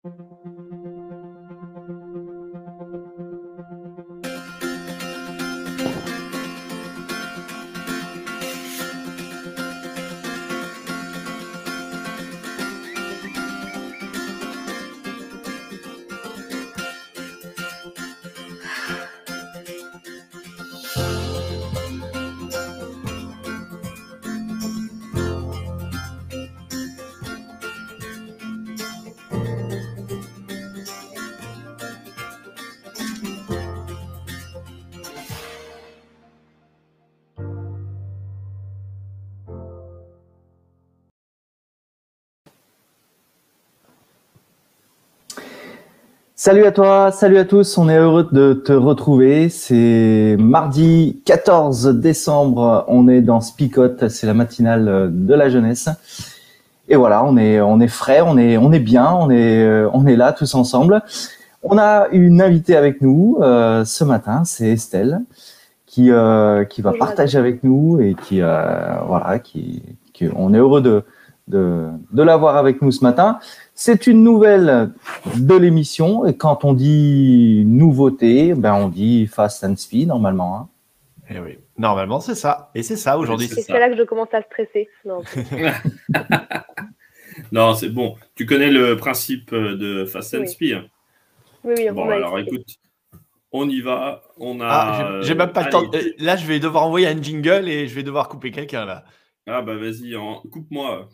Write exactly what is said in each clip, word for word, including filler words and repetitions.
Salut à toi, salut à tous, on est heureux de te retrouver. C'est mardi quatorze décembre, on est dans Spicote, c'est la matinale de la jeunesse. Et voilà, on est on est frais, on est on est bien, on est on est là tous ensemble. On a une invitée avec nous euh, ce matin, c'est Estelle qui euh, qui va Bonjour partager avec nous et qui euh, voilà, qui, qui on est heureux de de de l'avoir avec nous ce matin. C'est une nouvelle de l'émission et quand on dit nouveauté, ben on dit Fast and Speed normalement. Hein. Eh oui, normalement c'est ça. Et c'est ça aujourd'hui. Et c'est là que je commence à stresser. Non, non c'est bon. Tu connais le principe de Fast and Oui. Speed. Oui, oui, Bon, on va alors expliquer. écoute, on y va. On a. Ah, j'ai- j'ai même pas le allez, temps. de- Là, je vais devoir envoyer un jingle et je vais devoir couper quelqu'un là. Ah bah vas-y, en- coupe-moi.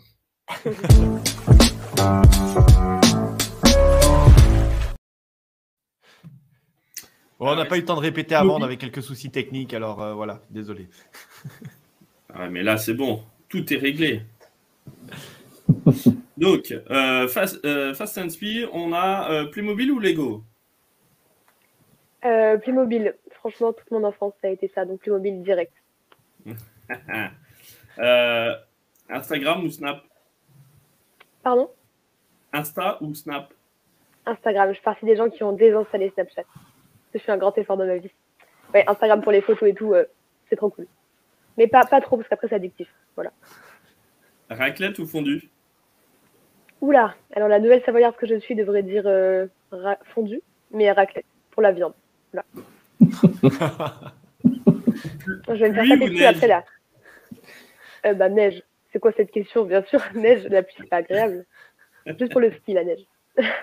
Bon, on n'a Ah, pas ouais, eu le temps de répéter avant, on avait quelques soucis techniques, alors euh, voilà, désolé. Ah, mais là, c'est bon. Tout est réglé. Donc, euh, Fast, euh, Fast and Speed, on a euh, Playmobil ou Lego? Euh, Playmobil. Franchement, toute mon enfance, ça a été ça. Donc, Playmobil direct. Euh, Instagram ou Snap? Pardon? Insta ou Snap? Instagram. Je fais partie des gens qui ont désinstallé Snapchat. Je fais un grand effort dans ma vie. Ouais, Instagram pour les photos et tout, euh, c'est trop cool. Mais pas, pas trop, parce qu'après, c'est addictif. Voilà. Raclette ou fondue? Oula. Alors, la nouvelle savoyarde que je suis devrait dire euh, ra- fondue, mais raclette pour la viande. Voilà. Je vais me faire Pluie taper ou dessus neige? après là. Euh, bah, neige. C'est quoi cette question? Bien sûr, neige, la pluie, c'est pas agréable. Juste pour le ski, la neige.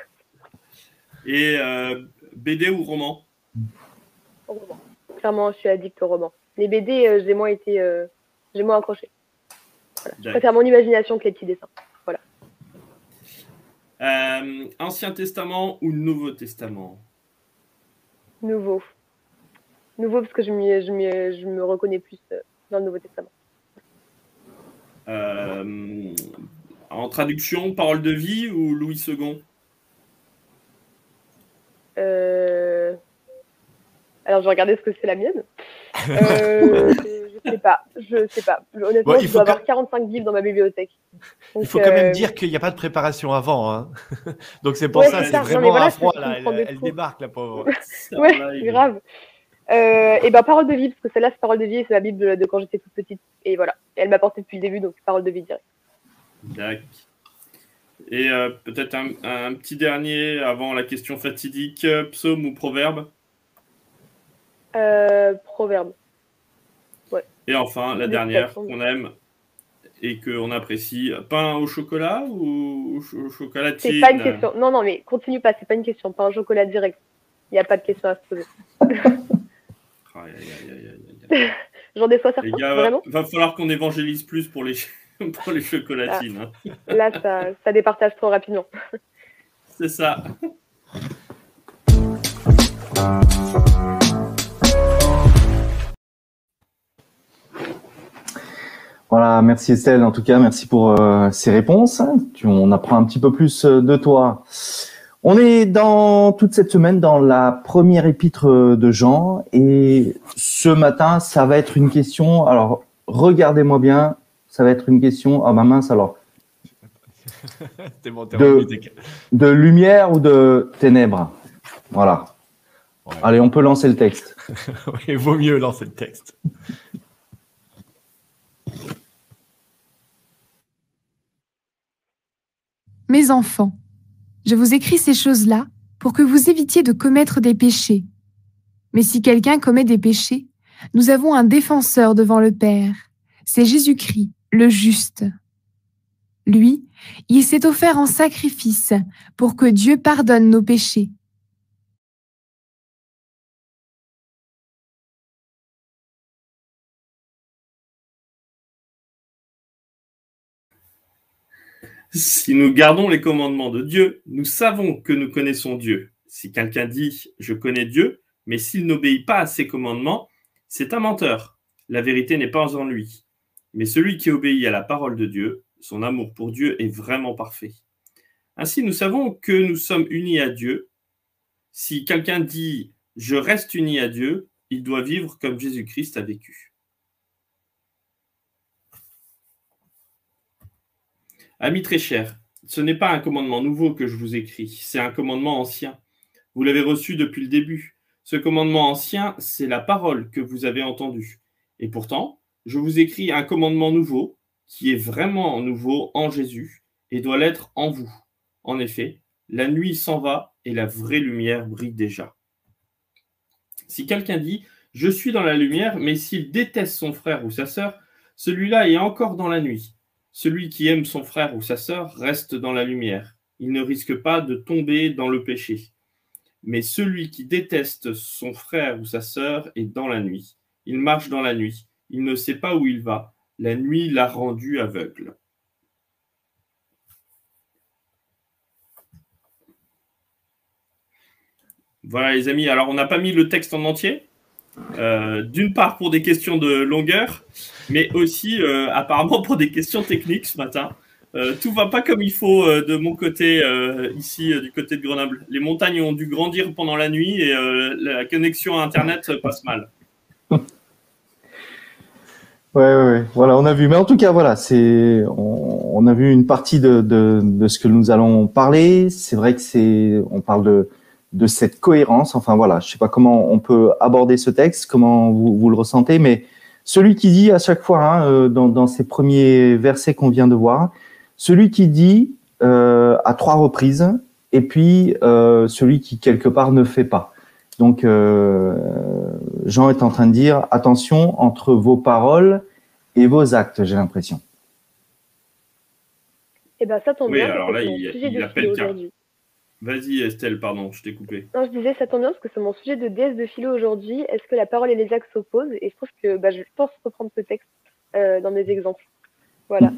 Et euh, B D ou roman? Roman. Clairement, je suis addict au roman. Les B D, euh, j'ai moins été, euh, j'ai moins accroché. Voilà. Je préfère mon imagination que les petits dessins. Voilà. Euh, Ancien Testament ou Nouveau Testament? Nouveau. Nouveau parce que je, m'y- je, m'y- je me reconnais plus euh, dans le Nouveau Testament. Euh, en traduction, Parole de vie ou Louis second? Euh... Alors, je vais regarder ce que c'est la mienne. Euh, je sais pas. Je sais pas. Honnêtement, Bon, il je faut dois que- avoir quarante-cinq livres dans ma bibliothèque. Donc, Il faut quand même euh, dire qu'il n'y a pas de préparation avant. Hein. Donc c'est pour Ouais, ça, c'est c'est ça. Non, mais vraiment voilà, à froid c'est- là. c'est une Elle, de elle trop. débarque, la pauvre. C'est en Ouais, live. grave. Euh, et ben parole de vie, parce que celle-là, c'est parole de vie, et c'est la Bible de, de quand j'étais toute petite. Et voilà. Et elle m'a porté depuis le début, donc parole de vie direct. D'accord. Et euh, peut-être un, un petit dernier avant la question fatidique, euh, psaume ou proverbe? Euh, proverbe. Et enfin, la Des dernière citations. qu'on aime et qu'on apprécie, pain au chocolat ou au ch- au chocolatine? C'est pas une question. Non, non, mais continue pas, c'est pas une question. Pas un chocolat direct. Il n'y a pas de question à se poser. Aïe, aïe, aïe, aïe, aïe, aïe. J'en déçois Les certains, gars, vraiment. va falloir qu'on évangélise plus pour les, pour les chocolatines. hein. Là, ça, ça départage trop rapidement. C'est ça. Voilà, merci Estelle. En tout cas, merci pour euh, ces réponses. Tu, on apprend un petit peu plus euh, de toi. On est dans toute cette semaine dans la première épître de Jean et ce matin, ça va être une question. Alors, regardez-moi bien, ça va être une question. Ah bah mince alors. C'était bon, t'es De- revenu, t'es- De lumière ou de ténèbres? Voilà. Ouais. Allez, on peut lancer le texte. Oui, vaut mieux lancer le texte. Mes enfants, Je vous écris ces choses-là pour que vous évitiez de commettre des péchés. Mais si quelqu'un commet des péchés, nous avons un défenseur devant le Père, c'est Jésus-Christ, le juste. Lui, il s'est offert en sacrifice pour que Dieu pardonne nos péchés. Si nous gardons les commandements de Dieu, nous savons que nous connaissons Dieu. Si quelqu'un dit « je connais Dieu », mais s'il n'obéit pas à ses commandements, c'est un menteur. La vérité n'est pas en lui. Mais celui qui obéit à la parole de Dieu, son amour pour Dieu est vraiment parfait. Ainsi, nous savons que nous sommes unis à Dieu. Si quelqu'un dit « je reste uni à Dieu », il doit vivre comme Jésus-Christ a vécu. Amis très chers, ce n'est pas un commandement nouveau que je vous écris, c'est un commandement ancien. Vous l'avez reçu depuis le début. Ce commandement ancien, c'est la parole que vous avez entendue. Et pourtant, je vous écris un commandement nouveau, qui est vraiment nouveau en Jésus, et doit l'être en vous. En effet, la nuit s'en va et la vraie lumière brille déjà. Si quelqu'un dit « je suis dans la lumière », mais s'il déteste son frère ou sa sœur, celui-là est encore dans la nuit. Celui qui aime son frère ou sa sœur reste dans la lumière. Il ne risque pas de tomber dans le péché. Mais celui qui déteste son frère ou sa sœur est dans la nuit. Il marche dans la nuit. Il ne sait pas où il va. La nuit l'a rendu aveugle. Voilà les amis. Alors on n'a pas mis le texte en entier. Euh, d'une part pour des questions de longueur, mais aussi euh, apparemment pour des questions techniques ce matin. Euh, tout va pas comme il faut euh, de mon côté, euh, ici euh, du côté de Grenoble. Les montagnes ont dû grandir pendant la nuit et euh, la connexion à Internet passe mal. Ouais, ouais, ouais, voilà, on a vu. Mais en tout cas, voilà, c'est, on, on a vu une partie de, de, de ce que nous allons parler. C'est vrai que c'est, on parle de de cette cohérence. Enfin voilà, je sais pas comment on peut aborder ce texte, comment vous, vous le ressentez, mais celui qui dit à chaque fois, hein, euh, dans, dans ces premiers versets qu'on vient de voir, celui qui dit euh, à trois reprises, et puis euh, celui qui quelque part ne fait pas. Donc euh, Jean est en train de dire attention entre vos paroles et vos actes, j'ai l'impression. Et ben ça tombe oui, bien. alors là, c'est il, sujet il de appelle philo car. aujourd'hui. Vas-y Estelle, pardon, je t'ai coupé. Non, je disais, ça tombe bien parce que c'est mon sujet de D S de philo aujourd'hui. Est-ce que la parole et les actes s'opposent? Et je trouve que bah, je pense reprendre ce texte euh, dans mes exemples. Voilà.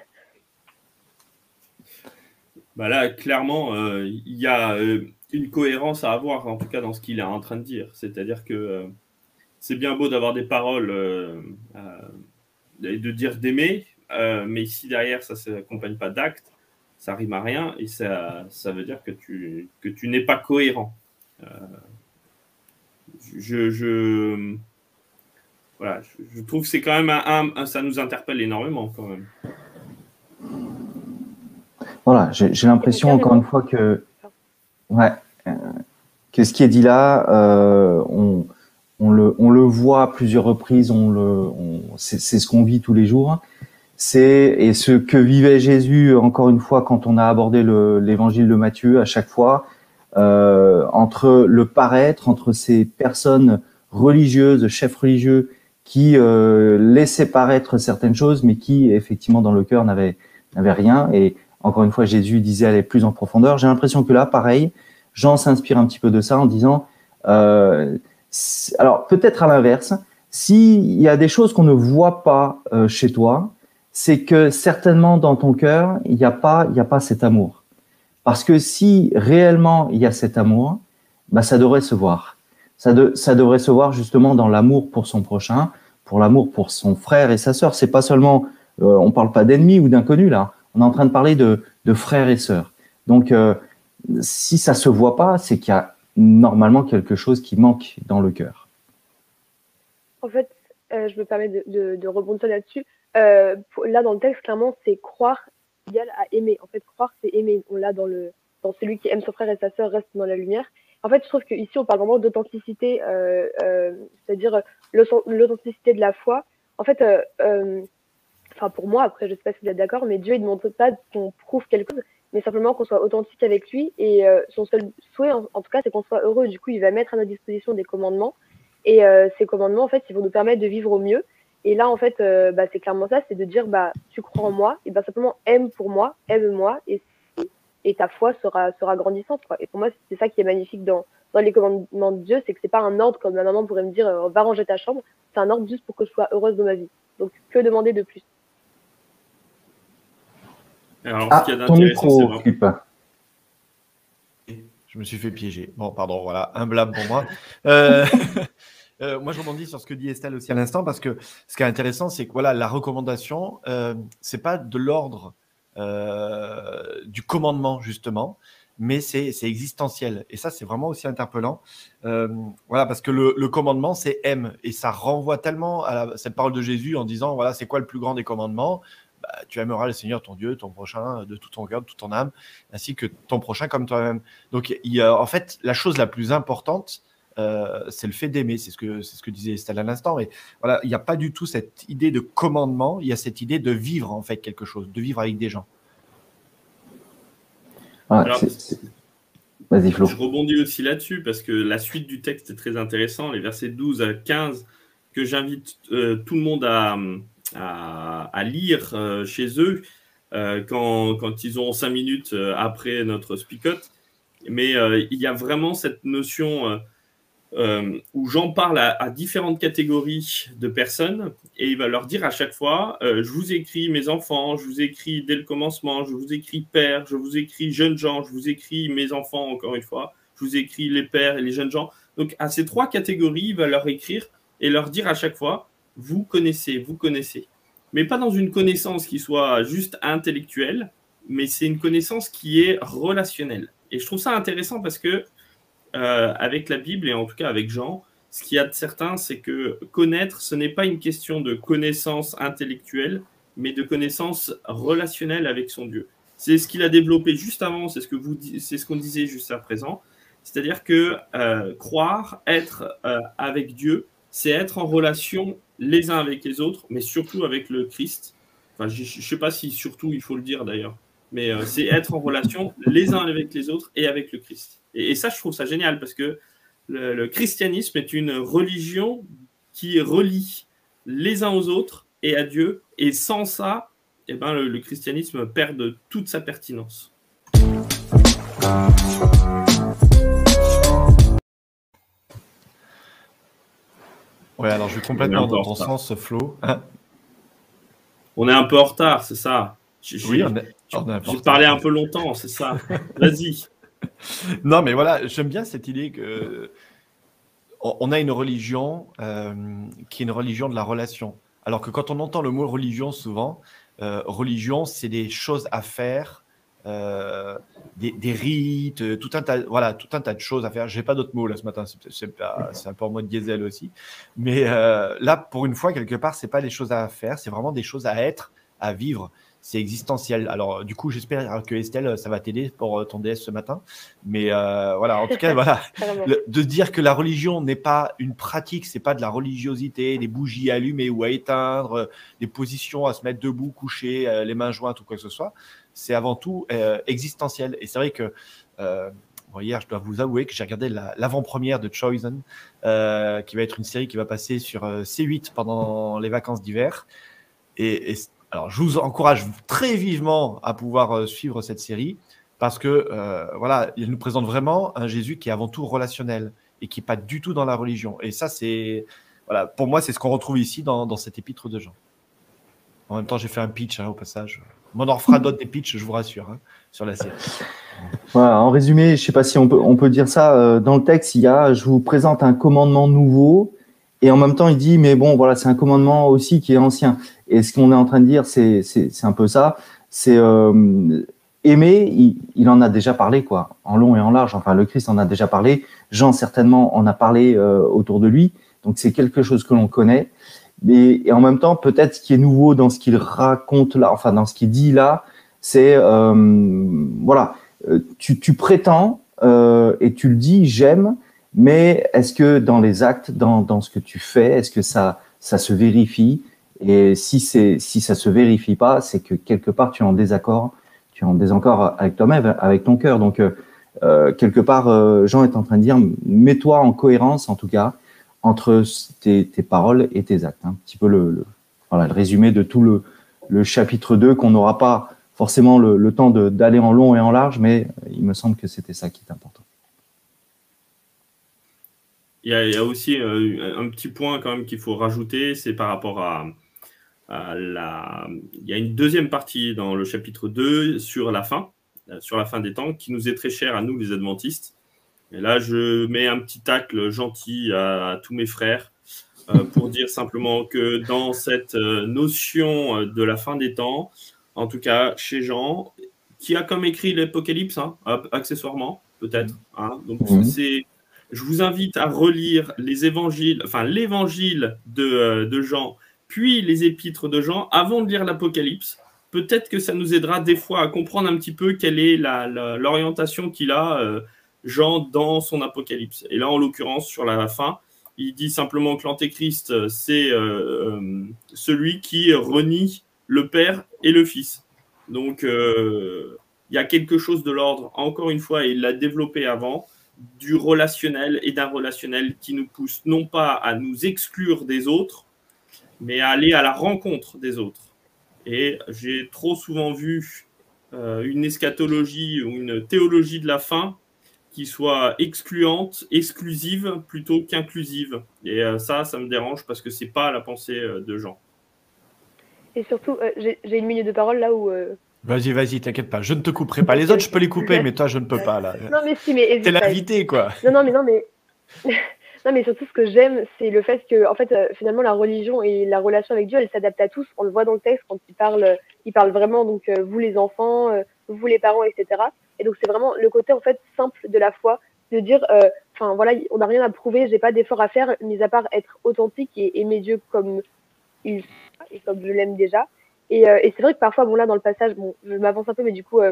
Bah là, clairement, euh, il y a euh, une cohérence à avoir, en tout cas dans ce qu'il est en train de dire. C'est-à-dire que euh, c'est bien beau d'avoir des paroles euh, euh, et de dire d'aimer, euh, mais si derrière ça ne s'accompagne pas d'actes, ça rime à rien et ça, ça veut dire que tu, que tu n'es pas cohérent. Euh, je, je, voilà, je, je trouve que c'est quand même un, un, un, ça nous interpelle énormément quand même. Voilà, j'ai, j'ai l'impression encore une fois que, ouais, euh, que ce qui est dit là, euh, on, on, le, on le voit à plusieurs reprises, on le, on, c'est, c'est ce qu'on vit tous les jours. C'est et ce que vivait Jésus encore une fois quand on a abordé le, l'évangile de Matthieu à chaque fois euh, entre le paraître, entre ces personnes religieuses, chefs religieux qui euh, laissaient paraître certaines choses, mais qui effectivement dans le cœur n'avaient n'avaient rien. Et encore une fois, Jésus disait aller plus en profondeur. J'ai l'impression que là, pareil, Jean s'inspire un petit peu de ça en disant, euh, alors peut-être à l'inverse, s'il y a des choses qu'on ne voit pas euh, chez toi, c'est que certainement dans ton cœur, il n'y a pas, il n'y a pas cet amour. Parce que si réellement il y a cet amour, bah ça devrait se voir. Ça, de, ça devrait se voir justement dans l'amour pour son prochain, pour l'amour pour son frère et sa sœur. C'est pas seulement, euh, on parle pas d'ennemis ou d'inconnus là. On est en train de parler de, de frères et sœurs. Donc, euh, si ça se voit pas, c'est qu'il y a normalement quelque chose qui manque dans le cœur. En fait, euh, je me permets de, de, de rebondir là-dessus. Euh, pour, là, dans le texte, clairement, c'est croire égal à aimer. En fait, croire, c'est aimer. On l'a dans le dans celui qui aime son frère et sa sœur reste dans la lumière. En fait, je trouve qu'ici, on parle vraiment d'authenticité, euh, euh, c'est-à-dire l'authenticité de la foi. En fait, euh, euh, enfin pour moi, après, je sais pas si vous êtes d'accord, mais Dieu, il ne demande pas qu'on prouve quelque chose, mais simplement qu'on soit authentique avec lui. Et euh, son seul souhait, en, en tout cas, c'est qu'on soit heureux. Du coup, il va mettre à notre disposition des commandements. Et euh, ces commandements, en fait, ils vont nous permettre de vivre au mieux. Et là, en fait, euh, bah, c'est clairement ça, c'est de dire, bah, tu crois en moi, et bah, simplement aime pour moi, aime-moi, et, et ta foi sera, sera grandissante, quoi. Et pour moi, c'est ça qui est magnifique dans, dans les commandements de Dieu, c'est que c'est pas un ordre comme ma maman pourrait me dire, euh, va ranger ta chambre. C'est un ordre juste pour que je sois heureuse de ma vie. Donc, que demander de plus? Alors, Ah, ce qu'il y a ton d'intéressant, c'est micro, vraiment... Philippe. Je me suis fait piéger. Bon, pardon, voilà, un blâme pour moi. Euh, euh, moi, je rebondis sur ce que dit Estelle aussi à l'instant, parce que ce qui est intéressant, c'est que voilà, la recommandation, euh, c'est pas de l'ordre euh, du commandement, justement, mais c'est c'est existentiel. Et ça, c'est vraiment aussi interpellant. Euh, voilà, parce que le, le commandement, c'est aime. Et ça renvoie tellement à la- cette parole de Jésus en disant, voilà, c'est quoi le plus grand des commandements? Bah, tu aimeras le Seigneur, ton Dieu, ton prochain, de tout ton cœur, de toute ton âme, ainsi que ton prochain comme toi-même. Donc, il y a, en fait, la chose la plus importante, euh, c'est le fait d'aimer. C'est ce que, c'est ce que disait Estelle à l'instant. Mais voilà, il n'y a pas du tout cette idée de commandement. Il y a cette idée de vivre, en fait, quelque chose, de vivre avec des gens. Ah, Alors, c'est- c'est- Vas-y, Flo. je rebondis aussi là-dessus parce que la suite du texte est très intéressant, les versets douze à quinze, que j'invite euh, tout le monde à, à, à lire euh, chez eux euh, quand, quand ils ont cinq minutes euh, après notre spicote. Mais euh, il y a vraiment cette notion euh, euh, où Jean parle à, à différentes catégories de personnes et il va leur dire à chaque fois euh, je vous écris mes enfants, je vous écris dès le commencement, je vous écris père, je vous écris jeunes gens, je vous écris mes enfants encore une fois, je vous écris les pères et les jeunes gens. Donc à ces trois catégories, il va leur écrire et leur dire à chaque fois vous connaissez, vous connaissez. Mais pas dans une connaissance qui soit juste intellectuelle, mais c'est une connaissance qui est relationnelle. Et je trouve ça intéressant parce que euh, avec la Bible et en tout cas avec Jean, ce qu'il y a de certain, c'est que connaître, ce n'est pas une question de connaissance intellectuelle, mais de connaissance relationnelle avec son Dieu. C'est ce qu'il a développé juste avant, c'est ce que vous, c'est ce qu'on disait juste à présent. C'est-à-dire que euh, croire, être euh, avec Dieu, c'est être en relation les uns avec les autres, mais surtout avec le Christ. Enfin, je ne sais pas si surtout il faut le dire d'ailleurs, mais euh, c'est être en relation les uns avec les autres et avec le Christ. Et, et ça, je trouve ça génial parce que le, le christianisme est une religion qui relie les uns aux autres et à Dieu. Et sans ça, eh ben, le, le christianisme perd de toute sa pertinence. Ouais, alors je vais complètement On est un peu dans en ton retard. sens, Flo. Hein? On est un peu en retard, c'est ça. J'ai, Oui, j'ai- on est, on est un peu en j'ai retard. parlé un peu longtemps, c'est ça. Vas-y. Non, mais voilà, j'aime bien cette idée que on on a une religion euh, qui est une religion de la relation. Alors que quand on entend le mot religion, souvent, euh, religion, c'est des choses à faire, euh, des, des rites, euh, tout un tas, voilà, tout un tas de choses à faire. J'ai pas d'autres mots là ce matin, c'est, c'est, pas- c'est un peu en mode diesel aussi. Mais euh, là, pour une fois, quelque part, c'est pas des choses à faire, c'est vraiment des choses à être, à vivre. C'est existentiel. Alors, du coup, j'espère que Estelle, ça va t'aider pour ton D S ce matin. Mais euh, voilà, en tout cas, voilà, Carrément. le- de dire que la religion n'est pas une pratique, c'est pas de la religiosité, des bougies à allumer ou à éteindre, euh, des positions à se mettre debout, couché, euh, les mains jointes ou quoi que ce soit. C'est avant tout euh, existentiel. Et c'est vrai que euh, bon, hier, je dois vous avouer que j'ai regardé la- l'avant-première de Chosen, euh, qui va être une série qui va passer sur euh, C huit pendant les vacances d'hiver. Et, et alors, je vous encourage très vivement à pouvoir euh, suivre cette série parce que euh, voilà, il nous présente vraiment un Jésus qui est avant tout relationnel et qui n'est pas du tout dans la religion. Et ça, c'est voilà, pour moi, c'est ce qu'on retrouve ici dans, dans cet épître de Jean. En même temps, j'ai fait un pitch hein, au passage. On en refera d'autres des pitchs, je vous rassure, hein, sur la série. Voilà, en résumé, je sais pas si on peut, on peut dire ça, euh, dans le texte, il y a, je vous présente un commandement nouveau, et en même temps, il dit, mais bon, voilà, c'est un commandement aussi qui est ancien. Et ce qu'on est en train de dire, c'est, c'est, c'est un peu ça, c'est euh, aimer, il, il en a déjà parlé, quoi, en long et en large. Enfin, le Christ en a déjà parlé, Jean certainement en a parlé euh, autour de lui, donc c'est quelque chose que l'on connaît. Et, et en même temps, peut-être ce qui est nouveau dans ce qu'il raconte là, enfin dans ce qu'il dit là, c'est euh, voilà, euh, tu, tu prétends euh, et tu le dis, j'aime, mais est-ce que dans les actes, dans, dans ce que tu fais, est-ce que ça, ça se vérifie? Et si c'est, si ça se vérifie pas, c'est que quelque part tu es en désaccord, tu en désaccord avec toi-même, avec ton cœur. Donc, euh, quelque part, euh, Jean est en train de dire, mets-toi en cohérence, en tout cas, entre tes, tes paroles et tes actes. Un petit peu le, le, voilà, le résumé de tout le, le chapitre deux, qu'on n'aura pas forcément le, le temps d'aller en long et en large, mais il me semble que c'était ça qui est important. Il y a, il y a aussi euh, un petit point quand même qu'il faut rajouter, c'est par rapport à, à la... Il y a une deuxième partie dans le chapitre deux sur la fin, sur la fin des temps, qui nous est très chère à nous les adventistes. Et là, je mets un petit tacle gentil à, à tous mes frères euh, pour dire simplement que dans cette euh, notion de la fin des temps, en tout cas chez Jean, qui a comme écrit l'Apocalypse, hein, accessoirement, peut-être. Hein, donc, mmh. c'est... Je vous invite à relire les évangiles, enfin l'évangile de, de Jean, puis les épîtres de Jean, avant de lire l'Apocalypse. Peut-être que ça nous aidera des fois à comprendre un petit peu quelle est l'orientation qu'il a, euh, Jean, dans son Apocalypse. Et là, en l'occurrence, sur la fin, il dit simplement que l'Antéchrist, c'est euh, euh, celui qui renie le Père et le Fils. Donc, euh, il y a quelque chose de l'ordre, encore une fois, et il l'a développé avant, du relationnel et d'un relationnel qui nous pousse non pas à nous exclure des autres, mais à aller à la rencontre des autres. Et j'ai trop souvent vu euh, une eschatologie ou une théologie de la fin qui soit excluante, exclusive, plutôt qu'inclusive. Et euh, ça, ça me dérange parce que c'est pas la pensée euh, de Jean. Et surtout, euh, j'ai une minute de parole là où... Euh... Vas-y, vas-y, t'inquiète pas. Je ne te couperai pas. Les autres, je peux les couper, mais toi, je ne peux pas. Là. Non, mais si, mais... T'es l'invité, quoi. Non, non, mais non, mais... non, mais surtout, ce que j'aime, c'est le fait que, en fait, euh, finalement, la religion et la relation avec Dieu, elle s'adapte à tous. On le voit dans le texte quand il parle, il parle vraiment, donc, euh, vous les enfants, euh, vous les parents, et cetera. Et donc, c'est vraiment le côté, en fait, simple de la foi, de dire, enfin, euh, voilà, on n'a rien à prouver, j'ai pas d'effort à faire, mis à part être authentique et aimer Dieu comme il et comme je l'aime déjà. Et, euh, et c'est vrai que parfois, bon là, dans le passage, bon, je m'avance un peu, mais du coup, euh,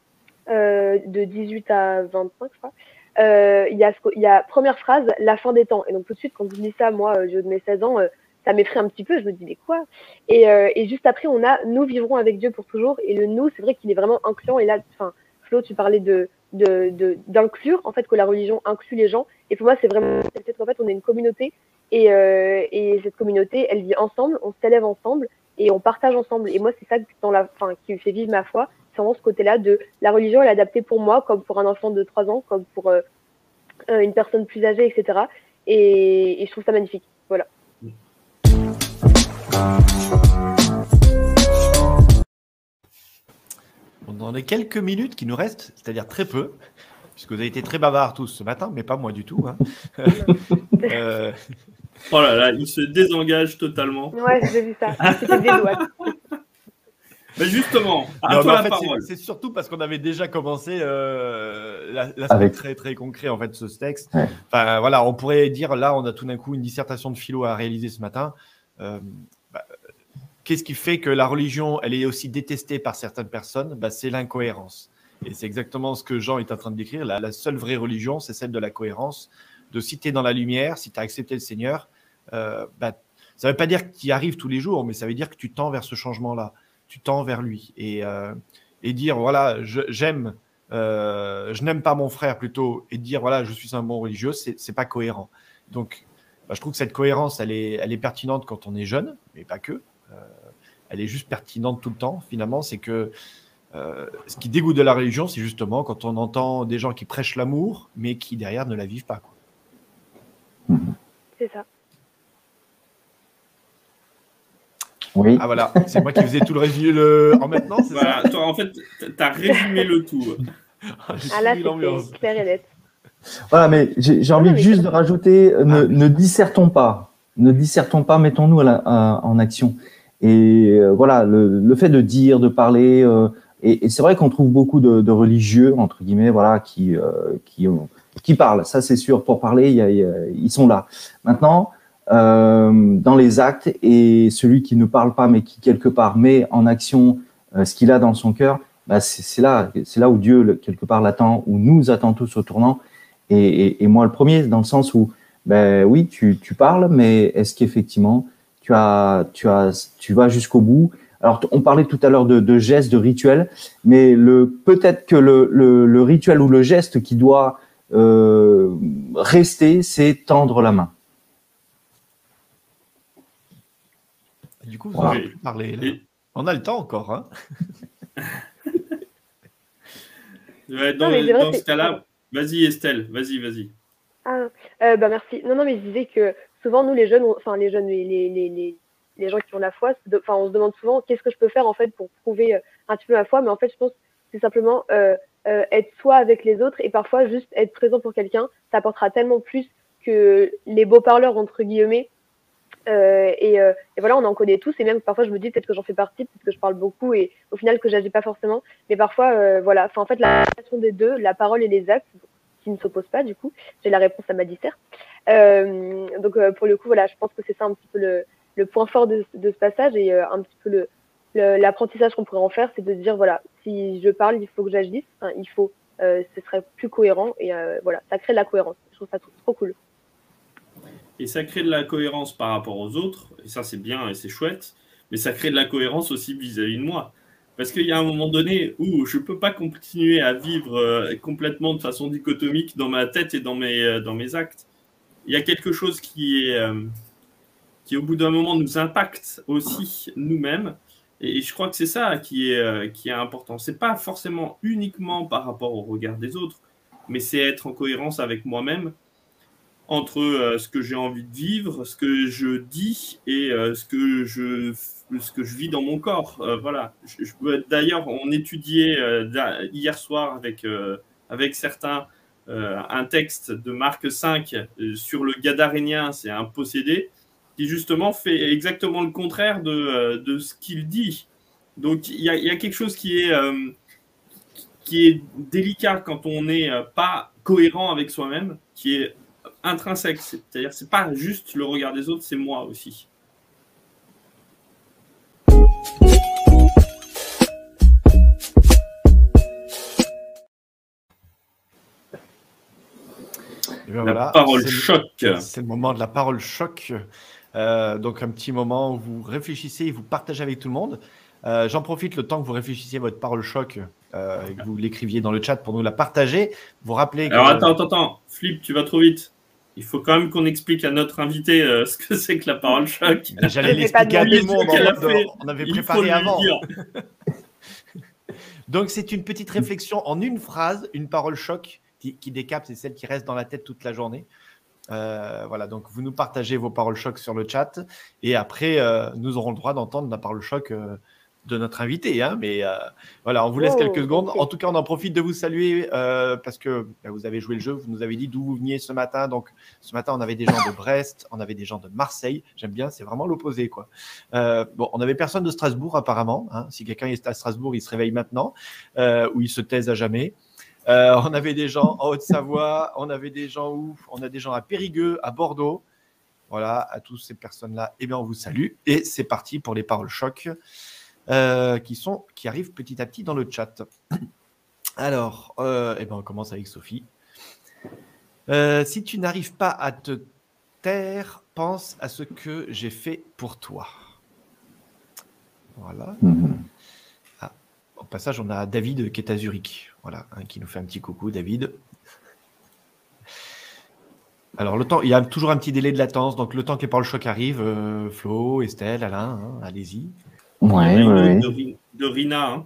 euh, de dix-huit à vingt-cinq, je crois, euh, il y a, il y a première phrase, la fin des temps. Et donc tout de suite, quand je lis ça, moi, euh, je de mes seize ans, euh, ça m'effraie un petit peu. Je me dis, mais quoi? Et, euh, et juste après, on a, nous vivrons avec Dieu pour toujours. Et le nous, c'est vrai qu'il est vraiment incluant. Et là, enfin, Flo, tu parlais de, de, de, d'inclure, en fait, que la religion inclut les gens. Et pour moi, c'est vraiment, peut-être qu'en fait, on est une communauté. Et, euh, et cette communauté, elle vit ensemble, on s'élève ensemble. Et on partage ensemble. Et moi, c'est ça dans la, enfin, qui me fait vivre ma foi. C'est vraiment ce côté-là de la religion, elle est adaptée pour moi, comme pour un enfant de trois ans, comme pour euh, une personne plus âgée, et cetera. Et, et je trouve ça magnifique. Voilà. Dans les quelques minutes qui nous restent, c'est-à-dire très peu, puisque vous avez été très bavards tous ce matin, mais pas moi du tout. Hein. euh... Oh là là, il se désengage totalement. Ouais, j'ai vu ça. C'était des doigts. Mais justement, à non, toi la en fait, parole. C'est surtout parce qu'on avait déjà commencé euh, l'aspect Avec... très très concret en fait de ce texte. Ouais. Enfin voilà, on pourrait dire là, on a tout d'un coup une dissertation de philo à réaliser ce matin. Euh, bah, Qu'est-ce qui fait que la religion, elle est aussi détestée par certaines personnes? Bah, c'est l'incohérence. Et c'est exactement ce que Jean est en train de décrire. La, la seule vraie religion, c'est celle de la cohérence. De si tu es dans la lumière, si tu as accepté le Seigneur, euh, bah, ça ne veut pas dire que tu y arrives tous les jours, mais ça veut dire que tu tends vers ce changement-là. Tu tends vers lui. Et, euh, et dire, voilà, j'aime, euh, je n'aime pas mon frère plutôt, et dire, voilà, je suis un bon religieux, ce n'est pas cohérent. Donc, bah, je trouve que cette cohérence, elle est, elle est pertinente quand on est jeune, mais pas que. Euh, elle est juste pertinente tout le temps, finalement. C'est que euh, ce qui dégoûte de la religion, c'est justement quand on entend des gens qui prêchent l'amour, mais qui derrière ne la vivent pas, quoi. C'est ça. Oui. Ah voilà, c'est moi qui faisais tout le résumé le... en maintenant, c'est voilà, ça. Toi, en fait, tu as résumé le tout. Ah là, c'est clair et net. Voilà, mais j'ai envie non, mais juste de rajouter, ah, ne, ne dissertons pas, ne dissertons pas, mettons-nous en action. Et euh, voilà, le, le fait de dire, de parler, euh, et, et c'est vrai qu'on trouve beaucoup de, de religieux, entre guillemets, voilà, qui, euh, qui, euh, qui parlent, ça c'est sûr, pour parler, il y a, il y a, ils sont là. Maintenant, euh, dans les actes, et celui qui ne parle pas, mais qui quelque part met en action euh, ce qu'il a dans son cœur, bah, c'est là, c'est là où Dieu, le, quelque part, l'attend, où nous attend tous au tournant, et, et, et moi le premier, dans le sens où, ben oui, tu, tu parles, mais est-ce qu'effectivement, tu as, tu as, tu vas jusqu'au bout. Alors, on parlait tout à l'heure de, de gestes, de rituels, mais le peut-être que le, le, le rituel ou le geste qui doit euh, rester, c'est tendre la main. Du coup, vous Voilà. avez pu parler. Là. Et- On a le temps encore. Hein. Ouais, dans Non, mais c'est vrai, dans ce c'est- cas-là, vas-y Estelle, vas-y, vas-y. Ah, euh, bah merci. Non, non, mais je disais que souvent, nous, les jeunes, on- enfin, les jeunes, les, les, les, les, les gens qui ont la foi, se de- enfin, on se demande souvent qu'est-ce que je peux faire, en fait, pour prouver euh, un petit peu ma foi. Mais en fait, je pense que c'est simplement euh, euh, être soi avec les autres et parfois juste être présent pour quelqu'un. Ça apportera tellement plus que les beaux parleurs, entre guillemets. Euh, et, euh, et voilà, on en connaît tous. Et même parfois, je me dis peut-être que j'en fais partie, peut-être que je parle beaucoup et au final, que j'agis pas forcément. Mais parfois, euh, voilà. Enfin, en fait, la relation des deux, la parole et les actes, qui ne s'opposent pas, du coup. J'ai la réponse à ma disserte. Euh, donc, euh, pour le coup, voilà, je pense que c'est ça un petit peu le, le point fort de, de ce passage et euh, un petit peu le, le, l'apprentissage qu'on pourrait en faire, c'est de dire, voilà, si je parle, il faut que j'agisse. Enfin, il faut, euh, ce serait plus cohérent et euh, voilà, ça crée de la cohérence. Je trouve ça trop, trop cool. Et ça crée de la cohérence par rapport aux autres, et ça c'est bien et c'est chouette, mais ça crée de la cohérence aussi vis-à-vis de moi. Parce qu'il y a un moment donné où je ne peux pas continuer à vivre euh, complètement de façon dichotomique dans ma tête et dans mes, euh, dans mes actes. Il y a quelque chose qui, est, euh, qui au bout d'un moment nous impacte aussi nous-mêmes, et, et je crois que c'est ça qui est, euh, qui est important. Ce n'est pas forcément uniquement par rapport au regard des autres, mais c'est être en cohérence avec moi-même, entre euh, ce que j'ai envie de vivre, ce que je dis et euh, ce, que je, ce que je vis dans mon corps. Euh, voilà. Je, je, d'ailleurs, on étudiait euh, hier soir avec, euh, avec certains euh, un texte de Marc cinq euh, sur le gadarénien, c'est un possédé, qui justement fait exactement le contraire de, euh, de ce qu'il dit. Donc il y, y a quelque chose qui est, euh, qui est délicat quand on n'est euh, pas cohérent avec soi-même, qui est intrinsèque, c'est-à-dire c'est pas juste le regard des autres, c'est moi aussi. Et bien la voilà, parole c'est choc. Le, c'est le moment de la parole choc. Euh, donc un petit moment où vous réfléchissez et vous partagez avec tout le monde. Euh, j'en profite le temps que vous réfléchissiez votre parole choc euh, et que vous l'écriviez dans le chat pour nous la partager. Vous rappelez que... Alors attends, attends, attends, Flip, tu vas trop vite. Il faut quand même qu'on explique à notre invité euh, ce que c'est que la parole choc. Mais j'allais l'expliquer à tout le monde. En mode, fait, on avait préparé avant. Donc c'est une petite réflexion en une phrase, une parole choc qui, qui décape, c'est celle qui reste dans la tête toute la journée. Euh, voilà, donc vous nous partagez vos paroles choc sur le chat et après euh, nous aurons le droit d'entendre la parole choc euh, de notre invité, hein, mais euh, voilà, on vous laisse Oh, quelques secondes. okay. En tout cas, on en profite de vous saluer euh, parce que bah, vous avez joué le jeu, vous nous avez dit d'où vous veniez ce matin. Donc ce matin, on avait des gens de Brest, on avait des gens de Marseille. J'aime bien, c'est vraiment l'opposé, quoi. Euh, bon, on n'avait personne de Strasbourg apparemment. Hein. Si quelqu'un est à Strasbourg, il se réveille maintenant euh, ou il se taise à jamais. Euh, on avait des gens en Haute-Savoie, on avait des gens où on a des gens à Périgueux, à Bordeaux. Voilà, à toutes ces personnes-là, eh bien, on vous salue et c'est parti pour les paroles choc. Euh, qui, sont, qui arrivent petit à petit dans le chat. Alors, euh, eh ben on commence avec Sophie. Euh, si tu n'arrives pas à te taire, pense à ce que j'ai fait pour toi. Voilà. Mm-hmm. Ah, au passage, on a David qui est à Zurich. Voilà, hein, qui nous fait un petit coucou, David. Alors, le temps, il y a toujours un petit délai de latence, donc le temps que les paroles choc arrivent, euh, Flo, Estelle, Alain, hein, allez-y. Ouais, ouais, de, de, de Rina. Hein.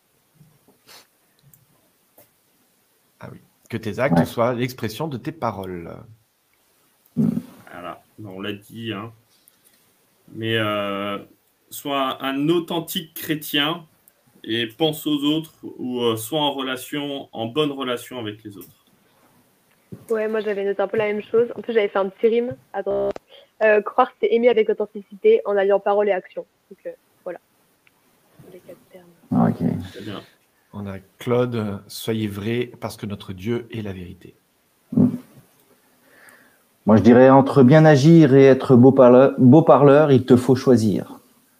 Ah oui. Que tes actes ouais. soient l'expression de tes paroles. Voilà, on l'a dit. Hein. Mais euh, sois un authentique chrétien et pense aux autres ou euh, sois en relation, en bonne relation avec les autres. Ouais, moi j'avais noté un peu la même chose. En plus, j'avais fait un petit rime. Attends. Euh, croire, c'est aimer avec authenticité en alliant parole et action. Donc, euh, voilà. Les quatre termes. Ok. Très bien. On a Claude, soyez vrai parce que notre Dieu est la vérité. Moi, je dirais entre bien agir et être beau parleur, beau parleur, il te faut choisir.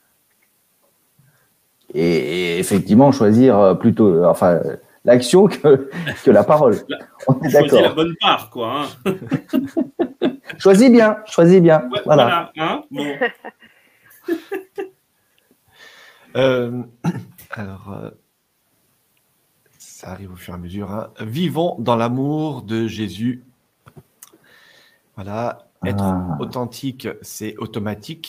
Et, et effectivement, choisir plutôt, enfin, l'action que, que la parole. La, On est choisis d'accord. la bonne part, quoi. Hein. Choisis bien, choisis bien. Ouais, voilà. voilà hein bon. Euh, alors, euh, ça arrive au fur et à mesure. Hein. Vivons dans l'amour de Jésus. Voilà. Être Ah. authentique, c'est automatique.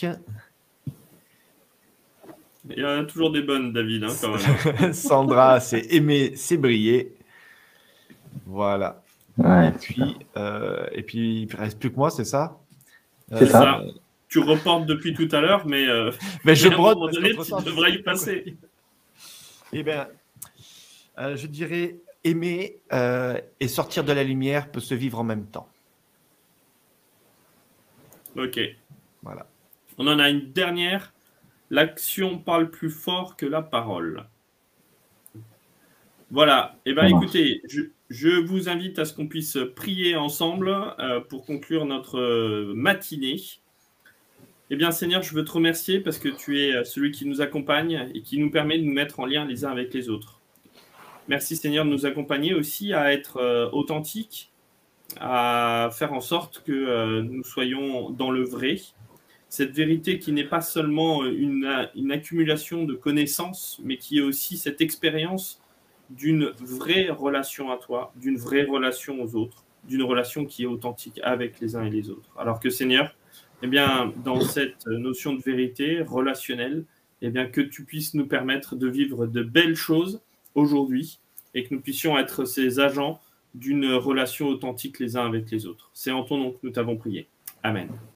Il y en a toujours des bonnes, David, hein, quand même. Sandra, c'est aimer, c'est briller. Voilà. Ouais, et, puis, euh, et puis, il ne reste plus que moi, c'est ça C'est euh, ça. Tu reportes depuis tout à l'heure, mais, euh, mais je à un brode. moment donné, tu devrais y passer. Eh bien, euh, je dirais aimer euh, et sortir de la lumière peut se vivre en même temps. Ok. Voilà. On en a une dernière. L'action parle plus fort que la parole. Voilà. Eh bien, écoutez, je, je vous invite à ce qu'on puisse prier ensemble euh, pour conclure notre euh, matinée. Eh bien, Seigneur, je veux te remercier parce que tu es celui qui nous accompagne et qui nous permet de nous mettre en lien les uns avec les autres. Merci, Seigneur, de nous accompagner aussi à être euh, authentiques, à faire en sorte que euh, nous soyons dans le vrai. Cette vérité qui n'est pas seulement une, une accumulation de connaissances, mais qui est aussi cette expérience d'une vraie relation à toi, d'une vraie relation aux autres, d'une relation qui est authentique avec les uns et les autres. Alors que, Seigneur, eh bien, dans cette notion de vérité relationnelle, eh bien, que tu puisses nous permettre de vivre de belles choses aujourd'hui et que nous puissions être ces agents d'une relation authentique les uns avec les autres. C'est en ton nom que nous t'avons prié. Amen.